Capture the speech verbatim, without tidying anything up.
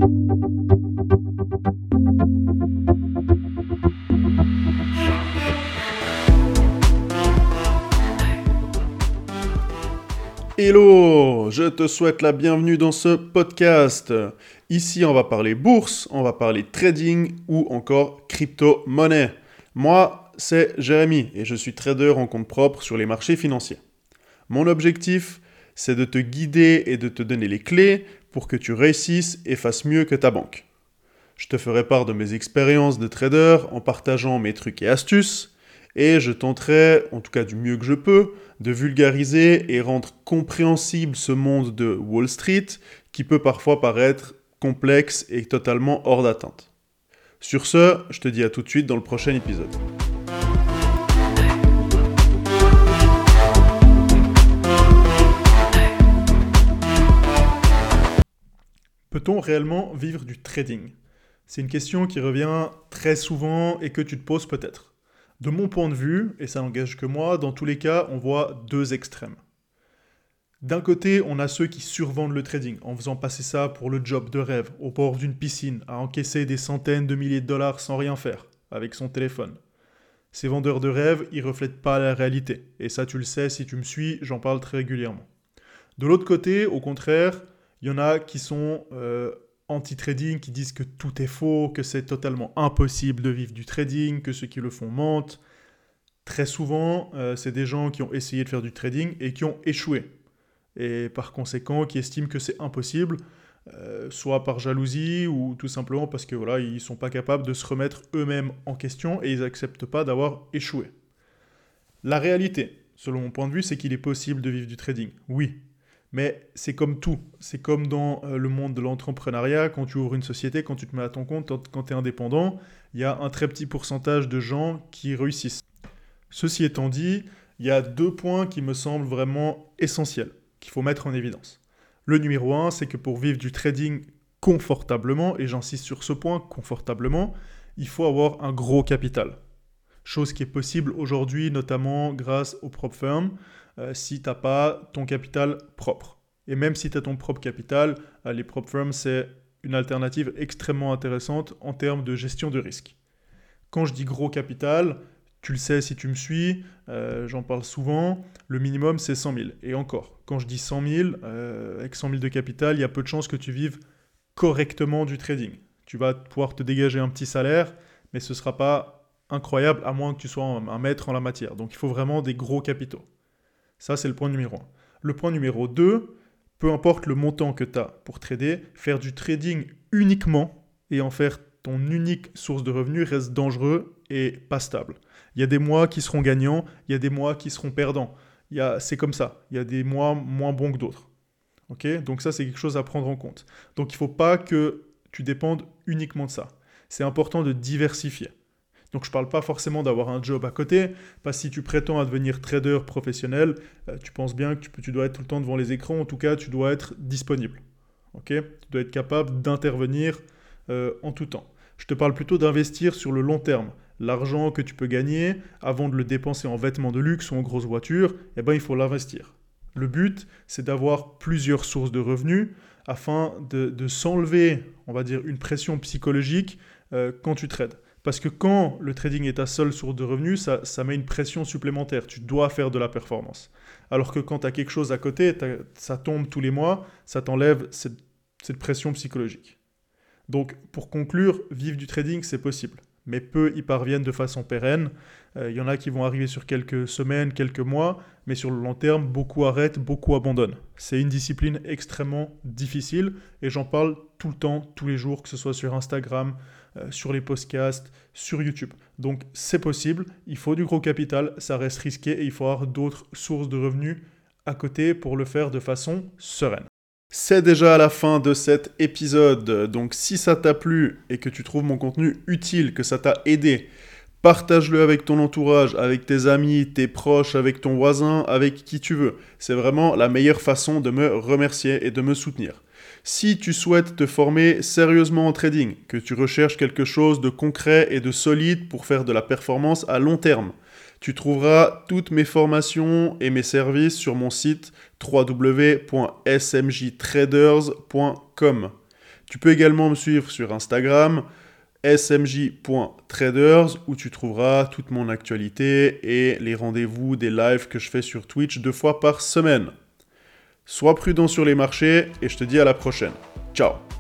Hello, je te souhaite la bienvenue dans ce podcast. Ici, on va parler bourse, on va parler trading ou encore crypto-monnaie. Moi, c'est Jérémy et je suis trader en compte propre sur les marchés financiers. Mon objectif, c'est de te guider et de te donner les clés pour que tu réussisses et fasses mieux que ta banque. Je te ferai part de mes expériences de trader en partageant mes trucs et astuces et je tenterai, en tout cas du mieux que je peux, de vulgariser et rendre compréhensible ce monde de Wall Street qui peut parfois paraître complexe et totalement hors d'atteinte. Sur ce, je te dis à tout de suite dans le prochain épisode. Peut-on réellement vivre du trading ? C'est une question qui revient très souvent et que tu te poses peut-être. De mon point de vue, et ça n'engage que moi, dans tous les cas, on voit deux extrêmes. D'un côté, on a ceux qui survendent le trading, en faisant passer ça pour le job de rêve, au bord d'une piscine, à encaisser des centaines de milliers de dollars sans rien faire, avec son téléphone. Ces vendeurs de rêve, ils reflètent pas la réalité. Et ça, tu le sais, si tu me suis, j'en parle très régulièrement. De l'autre côté, au contraire, il y en a qui sont euh, anti-trading, qui disent que tout est faux, que c'est totalement impossible de vivre du trading, que ceux qui le font mentent. Très souvent, euh, c'est des gens qui ont essayé de faire du trading et qui ont échoué. Et par conséquent, qui estiment que c'est impossible, euh, soit par jalousie ou tout simplement parce que voilà, ils ne sont pas capables de se remettre eux-mêmes en question et ils n'acceptent pas d'avoir échoué. La réalité, selon mon point de vue, c'est qu'il est possible de vivre du trading. Oui. Mais c'est comme tout, c'est comme dans euh, le monde de l'entrepreneuriat, quand tu ouvres une société, quand tu te mets à ton compte, quand tu es indépendant, il y a un très petit pourcentage de gens qui réussissent. Ceci étant dit, il y a deux points qui me semblent vraiment essentiels, qu'il faut mettre en évidence. Le numéro un, c'est que pour vivre du trading confortablement, et j'insiste sur ce point, confortablement, il faut avoir un gros capital. Chose qui est possible aujourd'hui, notamment grâce aux prop firms, euh, si tu n'as pas ton capital propre. Et même si tu as ton propre capital, euh, les prop firms, c'est une alternative extrêmement intéressante en termes de gestion de risque. Quand je dis gros capital, tu le sais si tu me suis, euh, j'en parle souvent, le minimum c'est cent mille. Et encore, quand je dis cent mille, euh, avec cent mille de capital, il y a peu de chances que tu vives correctement du trading. Tu vas pouvoir te dégager un petit salaire, mais ce ne sera pas incroyable à moins que tu sois un maître en la matière. Donc il faut vraiment des gros capitaux. Ça, c'est le point numéro un. Le point numéro deux, peu importe le montant que tu as pour trader, faire du trading uniquement et en faire ton unique source de revenus reste dangereux et pas stable. Il y a des mois qui seront gagnants, il y a des mois qui seront perdants. Il y a, c'est comme ça. Il y a des mois moins bons que d'autres. Okay ? Donc ça, c'est quelque chose à prendre en compte. Donc il ne faut pas que tu dépendes uniquement de ça. C'est important de diversifier. Donc je ne parle pas forcément d'avoir un job à côté, parce que si tu prétends à devenir trader professionnel, euh, tu penses bien que tu, peux, tu dois être tout le temps devant les écrans, en tout cas tu dois être disponible. Okay ? Tu dois être capable d'intervenir euh, en tout temps. Je te parle plutôt d'investir sur le long terme. L'argent que tu peux gagner, avant de le dépenser en vêtements de luxe ou en grosses voitures, eh ben, il faut l'investir. Le but, c'est d'avoir plusieurs sources de revenus afin de, de s'enlever, on va dire, une pression psychologique euh, quand tu trades. Parce que quand le trading est ta seule source de revenus, ça, ça met une pression supplémentaire. Tu dois faire de la performance. Alors que quand tu as quelque chose à côté, ça tombe tous les mois, ça t'enlève cette, cette pression psychologique. Donc, pour conclure, vivre du trading, c'est possible. Mais peu y parviennent de façon pérenne. Il euh, y en a qui vont arriver sur quelques semaines, quelques mois, mais sur le long terme, beaucoup arrêtent, beaucoup abandonnent. C'est une discipline extrêmement difficile et j'en parle tout le temps, tous les jours, que ce soit sur Instagram, euh, sur les podcasts, sur YouTube. Donc c'est possible, il faut du gros capital, ça reste risqué et il faut avoir d'autres sources de revenus à côté pour le faire de façon sereine. C'est déjà à la fin de cet épisode, donc si ça t'a plu et que tu trouves mon contenu utile, que ça t'a aidé, partage-le avec ton entourage, avec tes amis, tes proches, avec ton voisin, avec qui tu veux. C'est vraiment la meilleure façon de me remercier et de me soutenir. Si tu souhaites te former sérieusement en trading, que tu recherches quelque chose de concret et de solide pour faire de la performance à long terme, tu trouveras toutes mes formations et mes services sur mon site w w w point s m j traders point com. Tu peux également me suivre sur Instagram, s m j point traders, où tu trouveras toute mon actualité et les rendez-vous des lives que je fais sur Twitch deux fois par semaine. Sois prudent sur les marchés et je te dis à la prochaine. Ciao!